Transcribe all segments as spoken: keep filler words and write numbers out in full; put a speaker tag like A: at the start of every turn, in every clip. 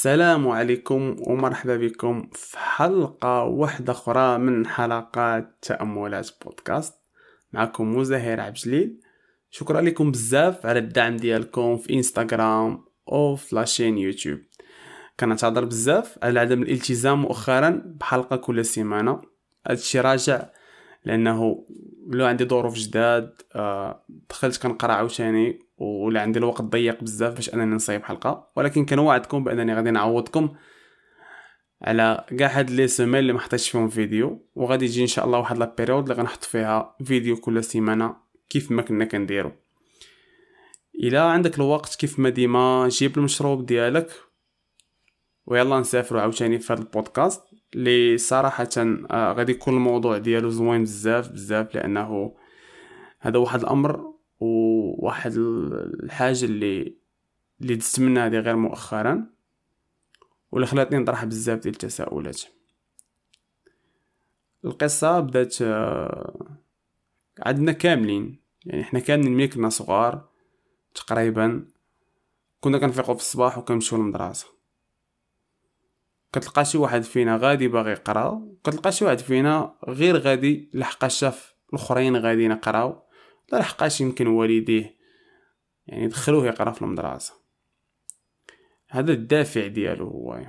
A: السلام عليكم ومرحبا بكم في حلقة واحدة أخرى من حلقات تأملات بودكاست. معكم مزهر عبجليل. شكرا لكم بزاف على الدعم ديالكم في انستغرام أو في لاشين يوتيوب. كنعتذر بزاف على عدم الالتزام مؤخرا بحلقة كل سيمانة. هادشي راجع لأنه لو عندي ظروف جداد، آه دخلت كنقرا عاوتاني ولا عندي الوقت ضيق بزاف باش انني نصايب حلقه، ولكن كنوعدكم بانني غادي نعوضكم على كاع هاد لي سيمين اللي ما حطيتش فيهم فيديو، وغادي يجي ان شاء الله واحد لا بيريود اللي غنحط فيها فيديو كل سيمانه كيف ما كنا كنديرو. الا عندك الوقت كيف ما ديما جيب المشروب ديالك ويلا نسافروا عاوتاني في هذا البودكاست اللي صراحه آه غادي يكون الموضوع ديالو زوين بزاف بزاف، لانه هذا واحد الامر وواحد الحاجه اللي اللي دزت منها هذه غير مؤخرا واللي خلاتني نطرح بزاف ديال التساؤلات. القصه بدات عندنا كاملين، يعني احنا كاملين ملي كنا صغار تقريبا كنا كنفيقوا في الصباح وكنمشيو للمدرسه. كتلقى شي واحد فينا غادي باغي يقرا، كتلقى شي واحد فينا غير غادي لحقا شاف الاخرين غاديين يقراو، لا لحقاش يمكن والديه يعني دخلوه يقرا في المدرسه. هذا الدافع ديالو هو.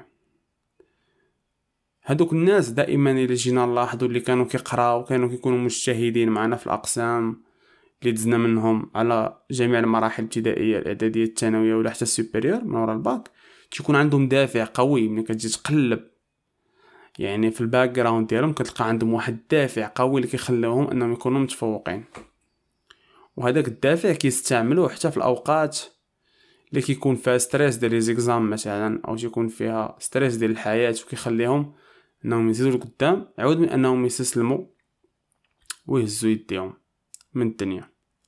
A: هادوك الناس دائما الى جينا نلاحظوا اللي كانوا كيقراو كانوا كيكونوا مجتهدين معنا في الاقسام اللي دزنا منهم على جميع المراحل الابتدائيه الاعداديه الثانويه ولا حتى السوبيريور من وراء الباك، تيكون عندهم دافع قوي. ملي كتجي تقلب يعني في الباك جراوند ديالهم كتلقى عندهم واحد الدافع قوي اللي كيخليهم انهم يكونوا متفوقين، وهذاك الدافع كيستعملوه حتى في الاوقات اللي كيكون فيها ستريس ديال لي زيكزام مثلا، او يكون فيها ستريس ديال الحياه وكيخليهم انهم يزيدوا لقدام عود من انهم يستسلموا ويهزوا يديهم من الدنيا.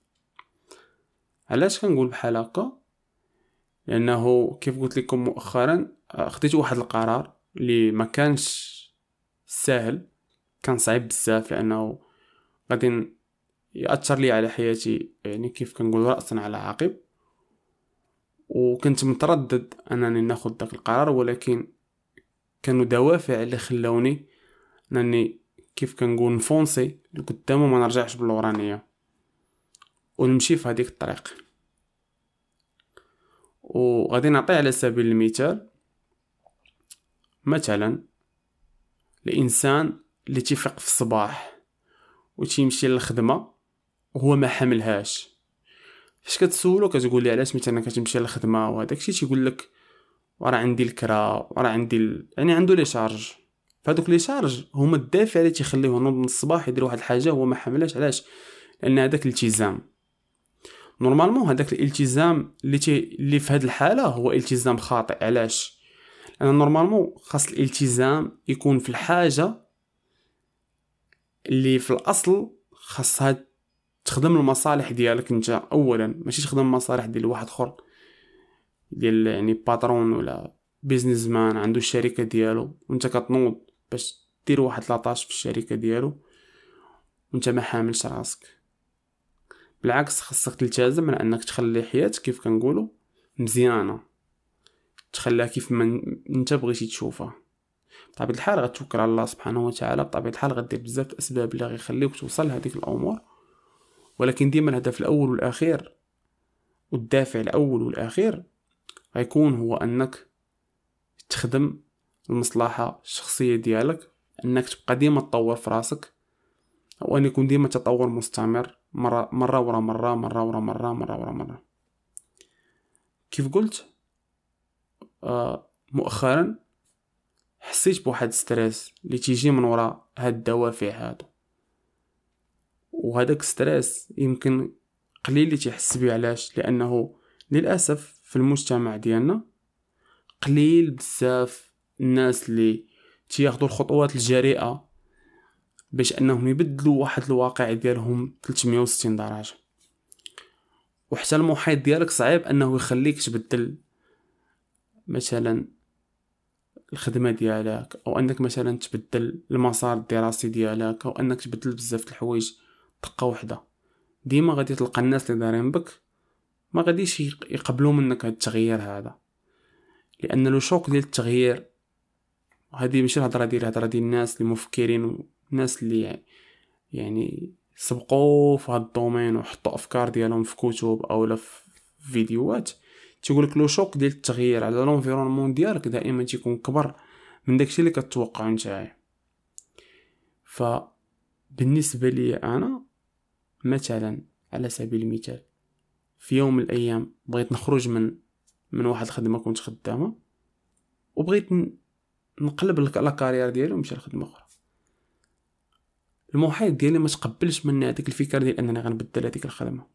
A: علاش كنقول بحال هكا؟ لانه كيف قلت لكم مؤخرا خديت واحد القرار اللي ما كانش سهل، كان صعيب بزاف لانه غادي ياثر لي على حياتي، يعني كيف كنقول راسا على عقب. وكنت متردد انني ناخذ داك القرار، ولكن كانوا دوافع اللي خلوني انني كيف كنقول نفونسي لقدام وما نرجعش بالورانيه ونمشي في هذيك الطريق. وغادي نعطي على سبيل المثال، مثلا الانسان اللي تيفيق في الصباح وتيمشي للخدمه وهو ما حملهاش، فاش كتسولو كتقول لي علاش مثلا كتمشي للخدمه وهداك الشيء، تيقول لك ورا عندي الكرا ورا عندي ال... يعني عنده لي شارج. فهادوك لي شارج هما الدافع اللي تيخليه نوض من الصباح يدير واحد الحاجه هو ما حملهاش. علاش؟ لان هذاك الالتزام نورمالمون هذاك الالتزام اللي تي... اللي في هذه الحاله هو التزام خاطئ. علاش؟ لان نورمالمون خاص الالتزام يكون في الحاجه اللي في الاصل خاصها تخدم المصالح ديالك انت اولا، ماشي تخدم المصالح ديال واحد اخر، ديال يعني باترون ولا بيزنس مان عنده الشركه ديالو وانت كتنوض باش دير واحد لاطاش في الشركه ديالو وانت ما حاملش راسك. بالعكس خاصك تلتزم من انك تخلي حياتك كيف كنقولوا مزيانه، تخليها كيف ما انت بغيتي تشوفها. بطبيعه الحال غتوكل على الله سبحانه وتعالى، بطبيعه الحال غدير بزاف الاسباب اللي غيخليوك توصل لهذيك الامور، ولكن ديما الهدف الاول والاخير والدافع الاول والاخير غيكون هو انك تخدم المصلحه الشخصيه ديالك، انك تبقى ديما تطور في راسك، او ان يكون ديما تطور مستمر مره مره ورا مره مره ورا مره مره ورا مره. كيف قلت آه مؤخرا حسيت بواحد ستريس اللي تيجي من وراء هاد الدوافع هادو، وهذاك ستريس يمكن قليل اللي تيحس بيه. علاش؟ لانه للاسف في المجتمع ديالنا قليل بزاف الناس اللي تياخذوا الخطوات الجريئه باش انهم يبدلوا واحد الواقع ديالهم ثلاثمية وستين درجه. وحتى المحيط ديالك صعيب انه يخليك تبدل مثلا الخدمه ديالك، او انك مثلا تبدل المسار الدراسي ديالك، او انك تبدل بزاف د الحوايج دقه واحده. ديما غادي تلقى الناس اللي دايرين بك ما غاديش يقبلوا منك هذا التغيير هذا، لان لو شوك ديال التغيير هذه ماشي الهضره ديال الهضره ديال الناس اللي مفكرين والناس اللي يعني سبقوا في هذا الدومين وحطوا افكار ديالهم في كتب او لا في فيديوهات. تيقول لك لو شوك ديال التغيير على لونفيرونمون ديالك دائما تيكون كبر من داكشي اللي كتوقعو نتايا. فبالنسبه لي انا مثلا على سبيل المثال في يوم من الايام بغيت نخرج من من واحد الخدمه كنت خدامه وبغيت نقلب لا كارير ديالي ونمشي لخدمه اخرى. المحيط ديالي ما تقبلش مني هذيك الفكره ديال انني غنبدل هذيك الخدمه.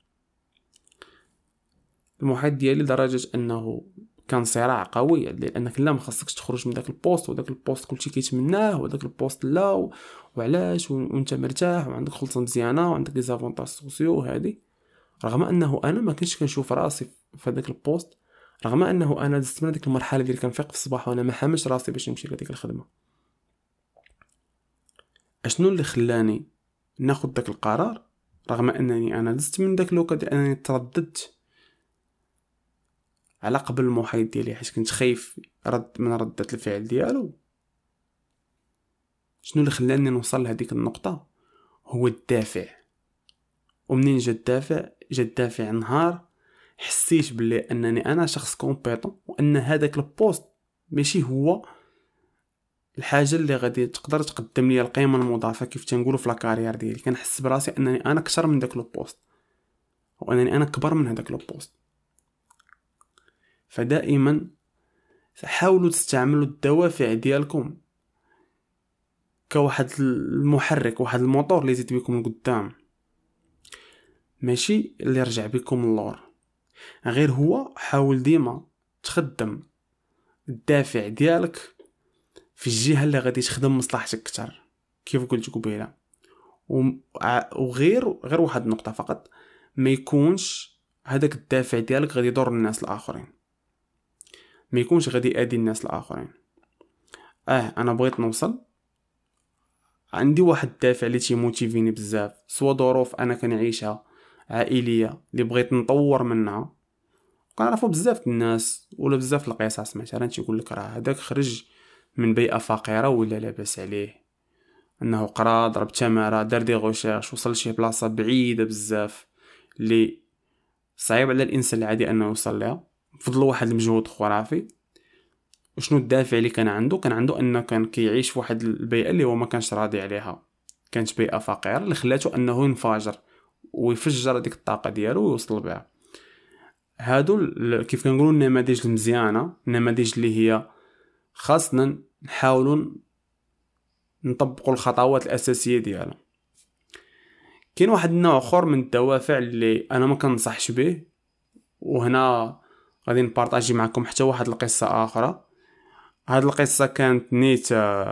A: المحيط ديالي لدرجه انه كان صراع قوي لانك لا ما خاصكش تخرج من داك البوست وداك البوست كلشي كيتمناه وداك البوست لا و... وعلاش وانت مرتاح وعندك خلطه مزيانه وعندك لي زافونتاج سوسيو هذه. رغم انه انا ما كنتش كنشوف راسي في هذاك البوست، رغم انه انا دزت من ديك المرحله ديال كنفيق في الصباح وانا ما حاملش راسي باش نمشي لهذيك الخدمه. اشنو اللي خلاني ناخذ داك القرار رغم انني انا دزت من داك الوقت ديال انني ترددت على قبل المحيط ديالي حيت كنت خايف رد من ردة الفعل ديالو؟ شنو اللي خلاني نوصل لهذيك النقطه؟ هو الدافع. ومنين جا الدافع؟ جا الدافع نهار حسيت بلي انني انا شخص كومبيتون وان هذاك البوست ماشي هو الحاجه اللي غادي تقدر تقدم لي القيمه المضافه كيف تنقولوا في لاكارير ديالي. كنحس براسي انني انا اكثر من داك البوست وانني انا كبر من هذاك البوست. فدائما حاولوا تستعملوا الدوافع ديالكم كواحد المحرك، واحد الموتور اللي يزيد بكم لقدام، ماشي اللي يرجع بكم اللور. غير هو حاول ديما تخدم الدافع ديالك في الجهه اللي غادي تخدم مصلحتك اكثر كيف قلت قبيله. وغير غير واحد النقطه فقط، ما يكونش هذاك الدافع ديالك غادي يضر الناس الاخرين، ما يكونش غادي يأذي الناس الاخرين. اه انا بغيت نوصل، عندي واحد الدافع اللي تيموتيفيني بزاف، سوا ظروف انا كنعيشها عائليه اللي بغيت نطور منها. كنعرفوا بزاف الناس ولا بزاف القصص مثلا تيقول لك راه هذاك خرج من بيئه فقيره ولا لاباس عليه، انه قرا ضرب تماره دار دي غوشيرش وصل لشي بلاصه بعيده بزاف اللي صعيب على الانسان العادي انه يوصل لها بفضل واحد المجهود خرافي. وشنو الدافع اللي كان عنده؟ كان عنده انه كان كيعيش في واحد البيئه اللي هو ما كانش راضي عليها، كانت بيئه فقيره اللي خلاته انه ينفجر ويفجر ديك الطاقه ديالو ويوصل بها. هادو كيف كنقولوا النماذج المزيانه، النماذج اللي هي خاصنا نحاولوا نطبقوا الخطوات الاساسيه ديالها. كاين واحد النوع اخر من الدوافع اللي انا ما كنصحش به، وهنا غادي نبارطاجي معكم حتى واحد القصه اخرى. هاد القصه كانت نيت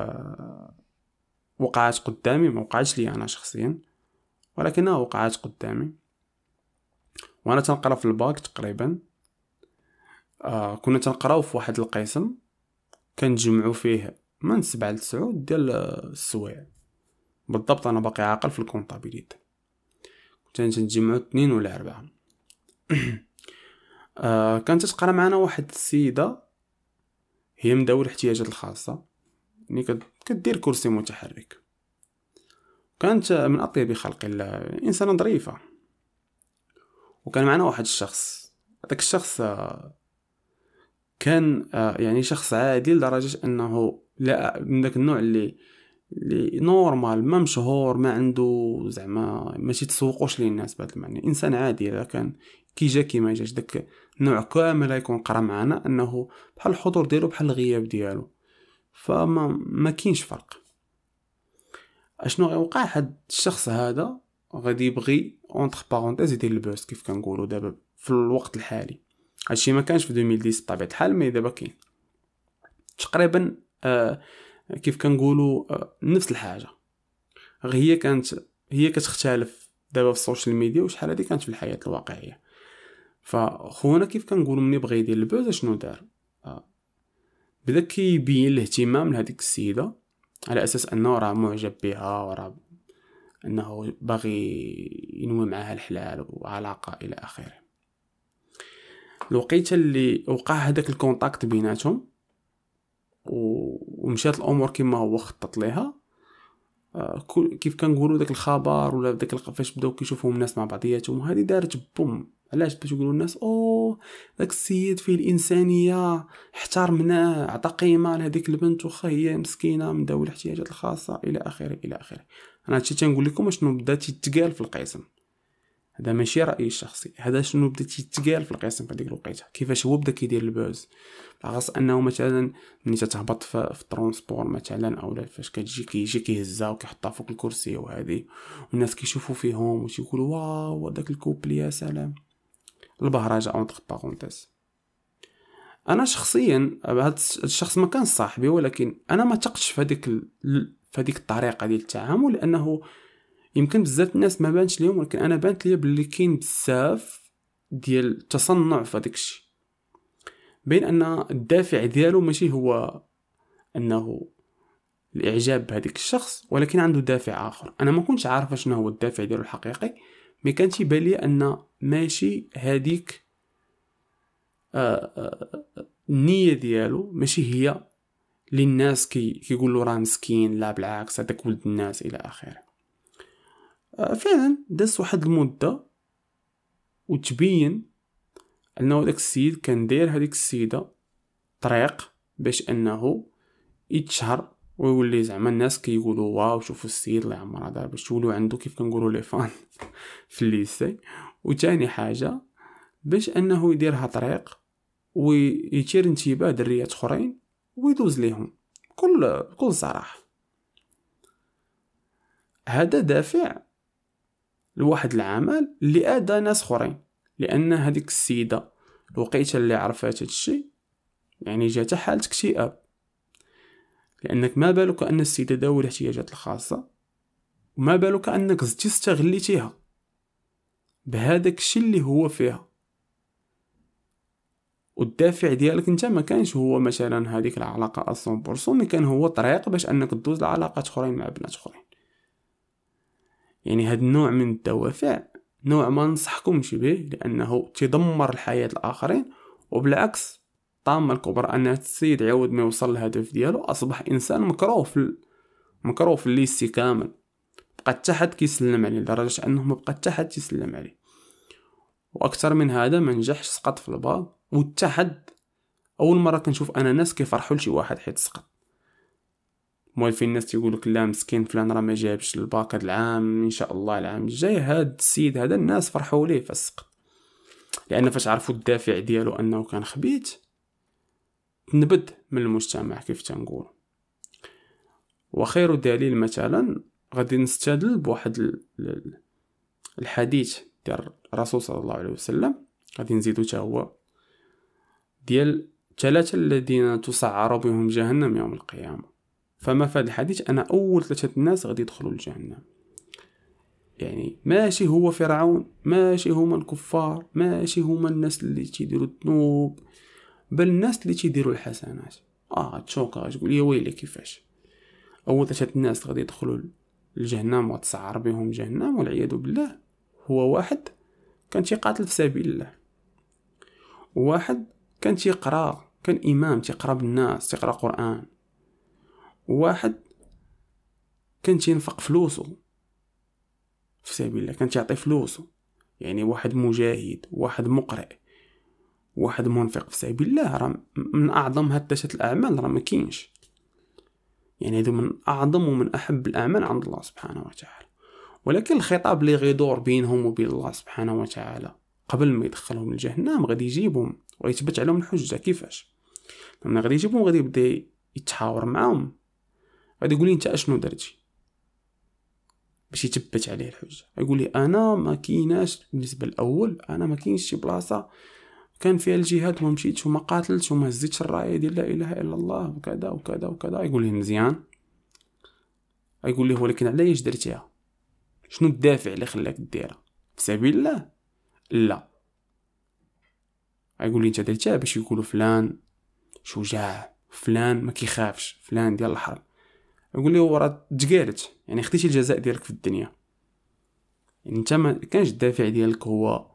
A: وقعت قدامي، ما وقعتش لي انا شخصيا ولكنها وقعت قدامي وانا تنقرا في الباك تقريبا. آه كنا تنقراو في واحد القسم كنجمعوا فيه من سبعة لتسعة ديال السوايع بالضبط، انا باقي عاقل في الكونطابيليتي، كنت نتجمعوا اثنين ولا اربعه. آه كانت تقرا معنا واحد السيده هي من ذوي الاحتياجات الخاصه، يعني كدير كرسي متحرك، كانت من اطيب خلق الله، انسانه ظريفه. وكان معنا واحد الشخص، هذاك الشخص كان يعني شخص عادي لدرجه انه لا من داك النوع اللي اللي نورمال، ما مشهور، ما عنده زعما ماشي تسوقوش ليه الناس بهذا المعنى، انسان عادي. اذا كان كي جا كي ما جاش داك النوع كامل يكون قرا معنا انه بحال الحضور ديالو بحال الغياب ديالو، فما ما كاينش فرق. اشنو وقع؟ هاد الشخص هذا غادي يبغي اونتر بارونتيز يدير البوست كيف كنقولوا دابا في الوقت الحالي. هادشي ما كانش في ألفين وعشرة بطبيعه الحال، مي دابا كاين تقريبا آه كيف كنقولوا آه نفس الحاجه، غير هي كانت هي كتختلف دابا في السوشيال ميديا وشحال هذه كانت في الحياه الواقعيه. فخونا كيف كنقولوا ملي بغى يدير البوز شنو دار؟ آه بدا كيبين الاهتمام لهذيك السيده على اساس انه راه معجب بها وراه انه باغي ينوي معها الحلال وعلاقه الى اخره. الوقيته اللي وقع هذاك الكونتاكت بيناتهم ومشات الامور كما هو خطط ليها، كيف كنقولوا داك الخبر ولا داك فاش بداو كيشوفوا الناس مع بعضياتهم هذه دارت بوم. علاش؟ باش يقولوا الناس اوه داك السيد فيه الانسانيه، احترمناه، عطى قيمه لهذيك البنت واخا هي مسكينه من ذوي الاحتياجات الخاصه الى اخره الى اخره. انا هادشي تنقول لكم شنو بدا تيتقال في القسم، هذا ماشي رايي الشخصي، هذا شنو بدا تيتقال في القسم في هذيك الوقيته، كيفاش هو بدا كيدير البوز. خاص انه مثلا ملي تتهبط في, في الترونسبور مثلا اولا فاش كتجي كيجي كيهزها وكيحطها فوق الكرسي وهذه، والناس كيشوفوا فيهم وتيقولوا واو داك الكوبل يا سلام البهرجه اونتر بارونتيز. انا شخصيا هذا الشخص ما كان صاحبي، ولكن انا ما تقتش في هذيك في هذيك الطريقه ديال التعامل، لانه يمكن بزاف الناس ما بانش ليهم، ولكن انا بانت لي باللي كاين بزاف ديال التصنع في هذاك الشيء، بين ان الدافع ديالو ماشي هو انه الاعجاب بهذيك الشخص، ولكن عنده دافع اخر. انا ما كنتش عارف شنو هو الدافع ديالو الحقيقي، مي كان تيبان لي ان ماشي هذيك النيه ديالو ماشي هي للناس كي كيقولوا راه مسكين، لا بالعكس هذاك ولد الناس الى اخره. فعلا داز واحد المده وتبين انه داك السيد كان داير هذيك السيده طريق باش انه يتشهر ويولي زعما الناس كيقولوا واو شوفوا السيد الله يعمر هذا، باش تولوا عنده كيف كنقولوا لي فان في الليسي. وثاني حاجه باش انه يديرها طريق ويثير انتباه دريات اخرين ويدوز ليهم كل بكل صراحه. هذا دافع لواحد العمل اللي ادى ناس اخرين، لان هذيك السيده الوقيته اللي عرفات هذا الشيء يعني جات حاله اكتئاب، لانك ما بالك ان السيده ذوي الاحتياجات الخاصه، وما بالك انك زدتي استغليتيها بهذاك الشيء اللي هو فيها، والدافع ديالك انت ما كانش هو مثلا هذيك العلاقه مية بالمية، مي كان هو طريق باش انك تدوز لعلاقات اخرين مع بنات اخرين. يعني هذا النوع من الدوافع نوع ما ننصحكمش به، لانه تدمر الحياه الاخرين، وبالعكس الطامه الكبرى ان السيد عاود ما يوصل للهدف ديالو اصبح انسان مكروه في مكروه في الليستي كامل، بقى حتى حد كيسلم عليه لدرجه انه ما بقى حتى حد يسلم عليه. واكثر من هذا ما نجحش، سقط في الباب، وحتى حد اول مره كنشوف انا ناس كيفرحوا لشي واحد حيت سقط. موالفين الناس تيقولوا لا مسكين فلان راه ما جابش الباك هذا العام، ان شاء الله العام الجاي هاد السيد هذا الناس فرحوا ليه فسقط، لان فاش عرفوا الدافع ديالو انه كان خبيث تنبذ من المجتمع كيف تنقول. وخير دليل مثلا غادي نستدل بواحد الحديث ديال الرسول صلى الله عليه وسلم، غادي نزيدو حتى هو ديال ثلاثه الذين تسعر بهم جهنم يوم القيامه. فما في هذا الحديث انا اول ثلاثه الناس غادي يدخلوا الجهنم، يعني ماشي هو فرعون، ماشي هما الكفار، ماشي هما الناس اللي تيديروا الذنوب، بل الناس اللي تيديروا الحسنات. اه تشوكا تقول يا ويلي كيفاش اول ثلاثه الناس غادي يدخلوا الجهنم وتسعر بهم جهنم والعياذ بالله. هو واحد كان تيقاتل في سبيل الله، وواحد كان تيقرا، كان امام تيقرا بالناس تيقرا قران، وواحد كان تينفق فلوسه في سبيل الله، كان تيعطي فلوسه. يعني واحد مجاهد، واحد مقرئ، واحد منفق في سبيل الله، راه من اعظم هاد ثلاثه الاعمال راه ما كاينش. يعني هادو من اعظم ومن احب الاعمال عند الله سبحانه وتعالى. ولكن الخطاب اللي غيدور بينهم وبين الله سبحانه وتعالى قبل ما يدخلهم الجهنم غادي يجيبهم ويثبت عليهم الحجه. كيفاش؟ لما غادي يجيبهم غادي يبدا يتحاور معاهم، غادي يقول لي انت اشنو درتي باش يثبت عليه الحجه. يقول لي انا ما كايناش بالنسبه الاول، انا ما كاينش شي بلاصه كان فيها الجهاد وما مشيتش وما قاتلتش وما هزيتش الرايه ديال لا اله الا الله وكذا وكذا وكذا. يقول لي مزيان. يقول لي ولكن علاش درتيها؟ شنو الدافع اللي خلاك ديرها؟ في سبيل الله؟ لا. يقول لي انت درتيها باش يقولوا فلان شجاع، فلان ما كيخافش، فلان ديال الحرب. يقول لي ورا تجارت، يعني خديتي الجزاء ديالك في الدنيا. يعني انت ما كانش الدافع ديالك هو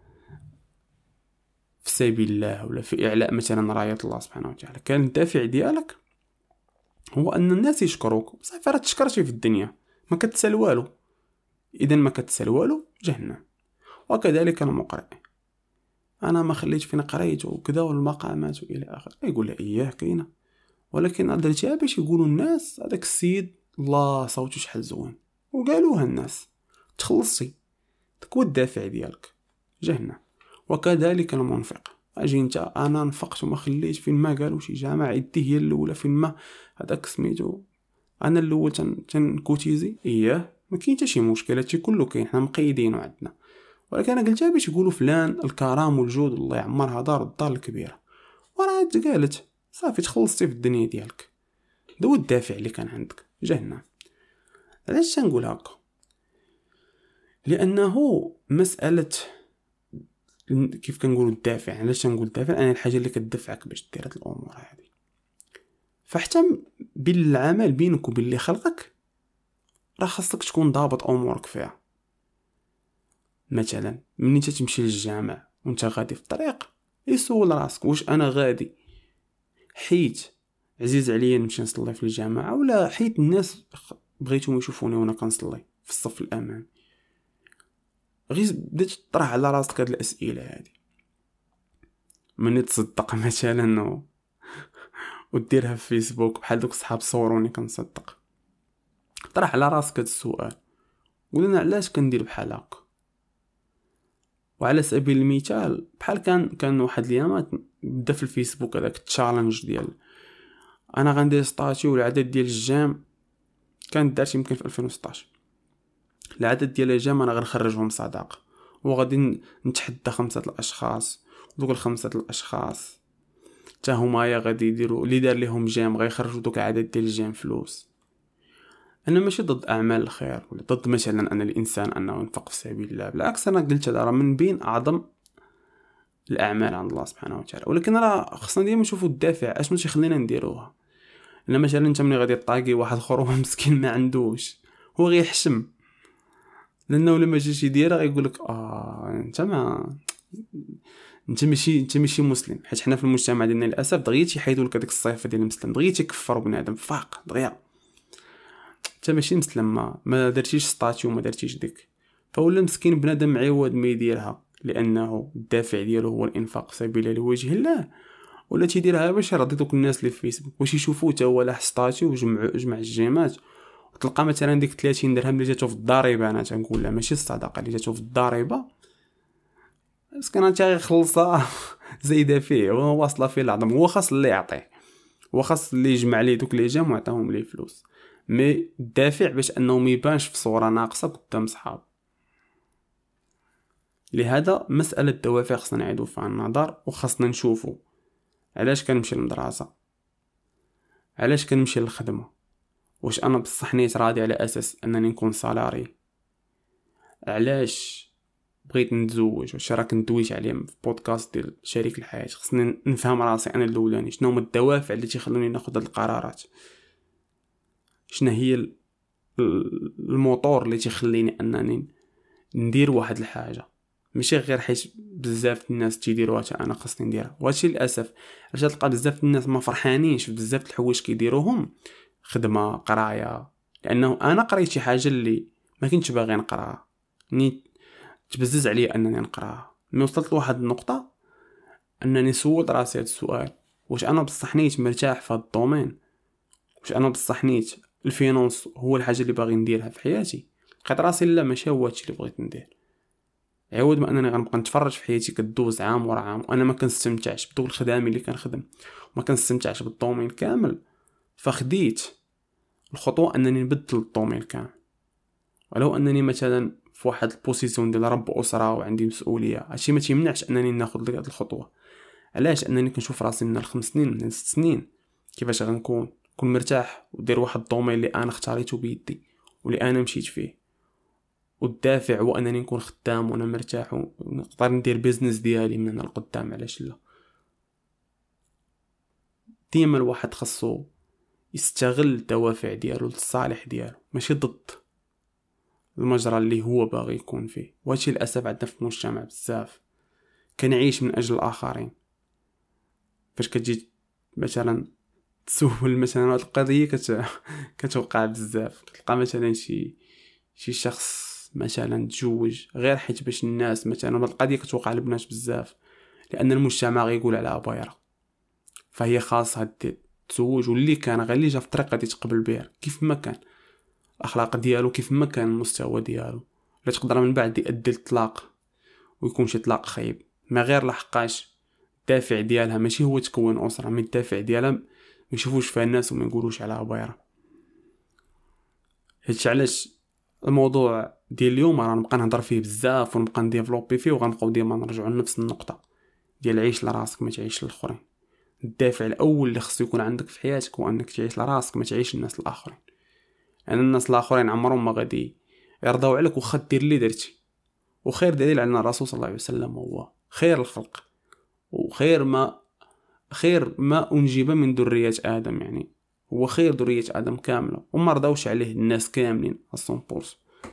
A: في سبيل الله ولا في اعلاء مثلا رايه الله سبحانه وتعالى، كان الدافع ديالك هو ان الناس يشكروك صافي، راه تشكرتي في الدنيا ما كتسال والو. اذا ما كتسال والو جهنم. وكذلك المقرئ، انا ما خليت فين قريت وكذا والمقامات والى اخره، يقول له اياه كاينه، ولكن درتيها باش يقولوا الناس هذاك السيد الله صوته شحال زوين، وقالوها الناس تخلصتي، داك هو الدافع ديالك جهنم. وكذلك المنفق، اجي انت انا نفقت وما خليت فين ما قالوا شي جامع يدي هي الاولى فين ما هذاك سميتو انا الاول تن تنكوتيزي اياه، ما كاين حتى شي مشكل، هادشي كله كاين، حنا مقيدين عندنا. ولكن انا قلتها باش يقولوا فلان الكرام والجود الله يعمرها دار الدار الكبيره، وراه تقالت صافي تخلصتي في الدنيا ديالك. دا هو الدافع اللي كان عندك جهنم. علاش تنقول هكا؟ لانه مساله كيف كنقولوا الدافع. علاش تنقول الدافع؟ انا الحاجه اللي كتدفعك باش دير هاد الامور هذه. فحتى بالعمل بينك وبين اللي خلقك راه خاصك تكون ضابط امورك فيها. مثلا ملي تمشي للجامع وانت غادي في الطريق، يسول راسك واش انا غادي حيت عزيز عليا نمشي نصلي في الجامعه، ولا حيت الناس بغيتهم يشوفوني وانا كنصلي في الصف الامامي. غير بديت تطرح على راسك هاد الاسئله هذه مني تصدق مثلا وديرها في فيسبوك بحال دوك صحاب صوروني كنصدق. طرح على راسك هاد السؤال، قول انا علاش كندير بحال هكا. وعلى سبيل المثال بحال كان كان واحد اليامات بدا في الفيسبوك هذاك التشالنج ديال انا غندير ستاتيو والعدد ديال الجام كان دارت يمكن في ألفين وستطاش، العدد ديال الجام انا غنخرجهم صداقه، وغادي نتحدى خمسه الاشخاص، دوك الخمسه الاشخاص حتى هما غادي يديروا اللي دار لهم جام غيخرجوا دوك العدد ديال الجام فلوس. انا ماشي ضد اعمال الخير ولا ضد مثلا ان الانسان انه ينفق في سبيل الله، بالعكس انا قلت هذا راه من بين اعظم الاعمال عند الله سبحانه وتعالى. ولكن راه خصنا ديما نشوفوا الدافع اش باش يخلينا نديروها. الا مثلا انت ملي غادي طاقي واحد اخر هو مسكين ما عندوش، هو غيحشم لانه لما جيتي يديرها غيقول لك اه انت ما انت ماشي انت ماشي مسلم، حيت حنا في المجتمع ديالنا للاسف دغيا تيحيدوا لك هذيك الصفه ديال المسلم، دغيا تيكفروا بنادم فاق دغيا انت ماشي مسلم، ما, ما درتيش ستاتيو ما درتيش ديك، فولا مسكين بنادم معود ما يديرها لانه الدافع ديالو هو الانفاق في سبيل لوجه الله، ولا تيديرها باش يرضي دوك الناس اللي في فيسبوك واش يشوفوه حتى هو لاح ستاتيو وجمع جمع الجيمات، وتلقى مثلا ديك ثلاثين درهم اللي جاتو في الضريبه، انا تنقول لا ماشي الصدقه اللي جاتو في الضريبه مسكين انت غيخلصها زايده فيه وهو واصله فيه العظم، هو خاص اللي يعطيه، هو خاص اللي يجمع ليه دوك لي جام ويعطيهم ليه فلوس، مي الدافع باش انه ما يبانش في صوره ناقصه قدام صحاب. لهذا مساله الدوافع خصنا نعيدو فيها النظر، وخاصنا نشوفو علاش كنمشي للمدرسه، علاش كنمشي للخدمه، واش انا بصح نيت راضي على اساس انني نكون سالاري، علاش بغيت نتزوج، واش راك ندويش عليهم في بودكاست ديال شريك الحياه. خصني نفهم راسي انا الاولاني شنو هما الدوافع اللي تيخلوني ناخذ هاد القرارات، شنو هي الموتور اللي تيخليني انني ندير واحد الحاجه، ماشي غير حيت بزاف الناس تيديروها حتى انا خصني نديرها. وهادشي للاسف علاش تلقى بزاف الناس ما فرحانينش بزاف الحوايج كيديروهم، خدمه قرايه، لانه انا قريت شي حاجه اللي ما كنتش باغي نقراها، ني تبزز عليا انني نقراها، مي وصلت لواحد النقطه انني سولت راسي هذا السؤال، واش انا بصح نيت مرتاح في هذا الدومين، واش انا بصح نيت الفينانس هو الحاجه اللي باغي نديرها في حياتي. لقيت راسي لا ماشي هو هادشي اللي بغيت ندير، عوض ما انني غنبقى نتفرج في حياتي كدوز عام ورا عام وانا ما كنستمتعش بدوك الخدامي اللي كنخدم وما كنستمتعش بالدومين كامل، فخديت الخطوه انني نبدل الدومين كامل. ولو انني مثلا في واحد البوزيسيون ديال رب اسره وعندي مسؤوليه، هادشي ما تيمنعش انني ناخذ ديك الخطوه. علاش؟ انني كنشوف راسي من الخمس سنين من الست سنين كيفاش غنكون كون مرتاح ودير واحد الدومين اللي انا اختاريته بيدي واللي انا مشيت فيه، والدافع هو انني نكون خدام وانا مرتاح ونقدر ندير بيزنس ديالي من هنا لقدام. علاش لا؟ ديما الواحد خاصو يستغل الدوافع ديالو للصالح ديالو، ماشي ضد المجرى اللي هو باغي يكون فيه. وهادشي للاسف عندنا في المجتمع بزاف كنعيش من اجل الاخرين. فاش كتجي مثلا تسول مثلا هاد القضيه كت... كتوقع بزاف. كتلقى مثلا شي شي شخص مثلا تزوج غير حيت باش الناس مثلا، هاد القضيه كتوقع للبنات بزاف لان المجتمع غيقول عليها بايره، فهي خاصها تزوج، واللي كان غير اللي جا في الطريق غادي تقبل بها كيف ما كان الاخلاق ديالو، كيف ما كان المستوى ديالو. لا تقدر من بعد يؤدي للطلاق ويكون شي طلاق خايب، ما غير لحقاش الدافع ديالها ماشي هو تكون اسره، من الدافع ديالها ما يشوفوش فيها الناس وما يقولوش عليها بايره. هادشي علاش الموضوع ديال اليوم راه نبقى نهضر فيه بزاف ونبقى نديفلوبي فيه، وغنبقاو ديما نرجعوا لنفس النقطه ديال عيش لراسك ما تعيش للاخرين. الدافع الاول اللي خصو يكون عندك في حياتك هو انك تعيش لراسك ما تعيش للناس الاخرين. يعني الناس الاخرين عمرهم ما غادي يرضاو عليك واخا دير اللي درتي. وخير دليل على الرسول صلى الله عليه وسلم هو خير الخلق، وخير ما خير ما انجب من ذريه ادم، يعني هو خير ذريه ادم كامله، وما رضاوش عليه الناس كاملين مية بالمية.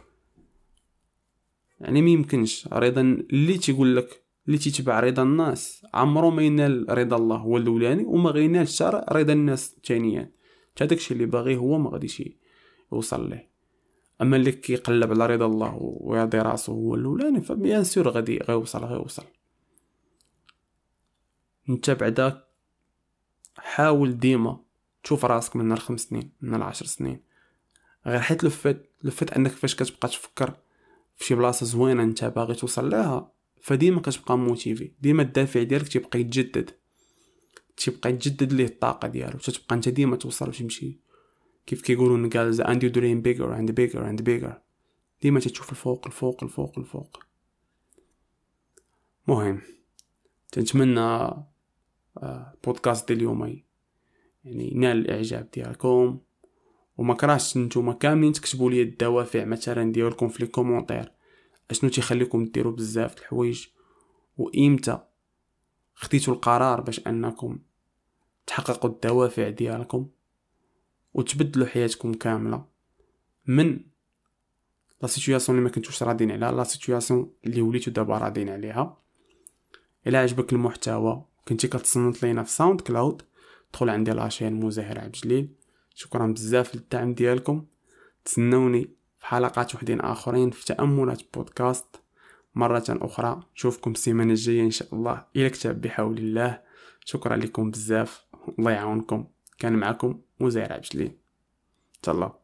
A: يعني ما يمكنش رضا اللي تيقول لك اللي تيتبع رضا الناس عمره ما ينال رضا الله هو الاولاني، وما غينالش رضا الناس الثانيين. حتى داكشي اللي باغي هو ما غاديش يوصل ليه. اما اللي كيقلب على رضا الله ويرضي راسو هو الاولاني فبيان سور غادي غيوصل غيوصل انت بعدا حاول ديما تشوف راسك من خمس سنين من عشر سنين، غير حيت لفت لفت انك فاش كتبقى تفكر في شي بلاصه زوينه انت باغي توصل لها فديما كتبقى موتيفي، ديما الدافع ديالك تيبقى يتجدد تيبقى يتجدد ليه الطاقه ديالو، تتبقى انت ديما توصل وتمشي كيف كيقولوا نقال and you dream bigger and bigger and bigger، ديما تشوف الفوق الفوق الفوق الفوق. مهم تنتمنى البودكاست ديال اليوم يعني ينال الاعجاب ديالكم، وما كرهتش نتوما كاملين تكتبوا لي الدوافع مثلا ديالكم في لي كومونتير، اشنو تيخليكم ديروا بزاف الحوايج وامتى خديتوا القرار باش انكم تحققوا الدوافع ديالكم وتبدلوا حياتكم كامله من لا سيتوياسيون اللي ما كنتوش راضين عليها لا سيتوياسيون اللي وليتوا دابا راضين عليها. الى عجبك المحتوى كنتي كتصنت لينا في ساوند كلاود دخل عندي لاشين مزهر عبدجليل. شكرا بزاف للدعم ديالكم، تسنوني في حلقات وحدين اخرين في تأملات بودكاست مرة اخرى. نشوفكم السيمانه الجايه ان شاء الله الى كتاب بحول الله. شكرا لكم بزاف، الله يعاونكم. كان معكم مزهر عبدجليل. تهلا.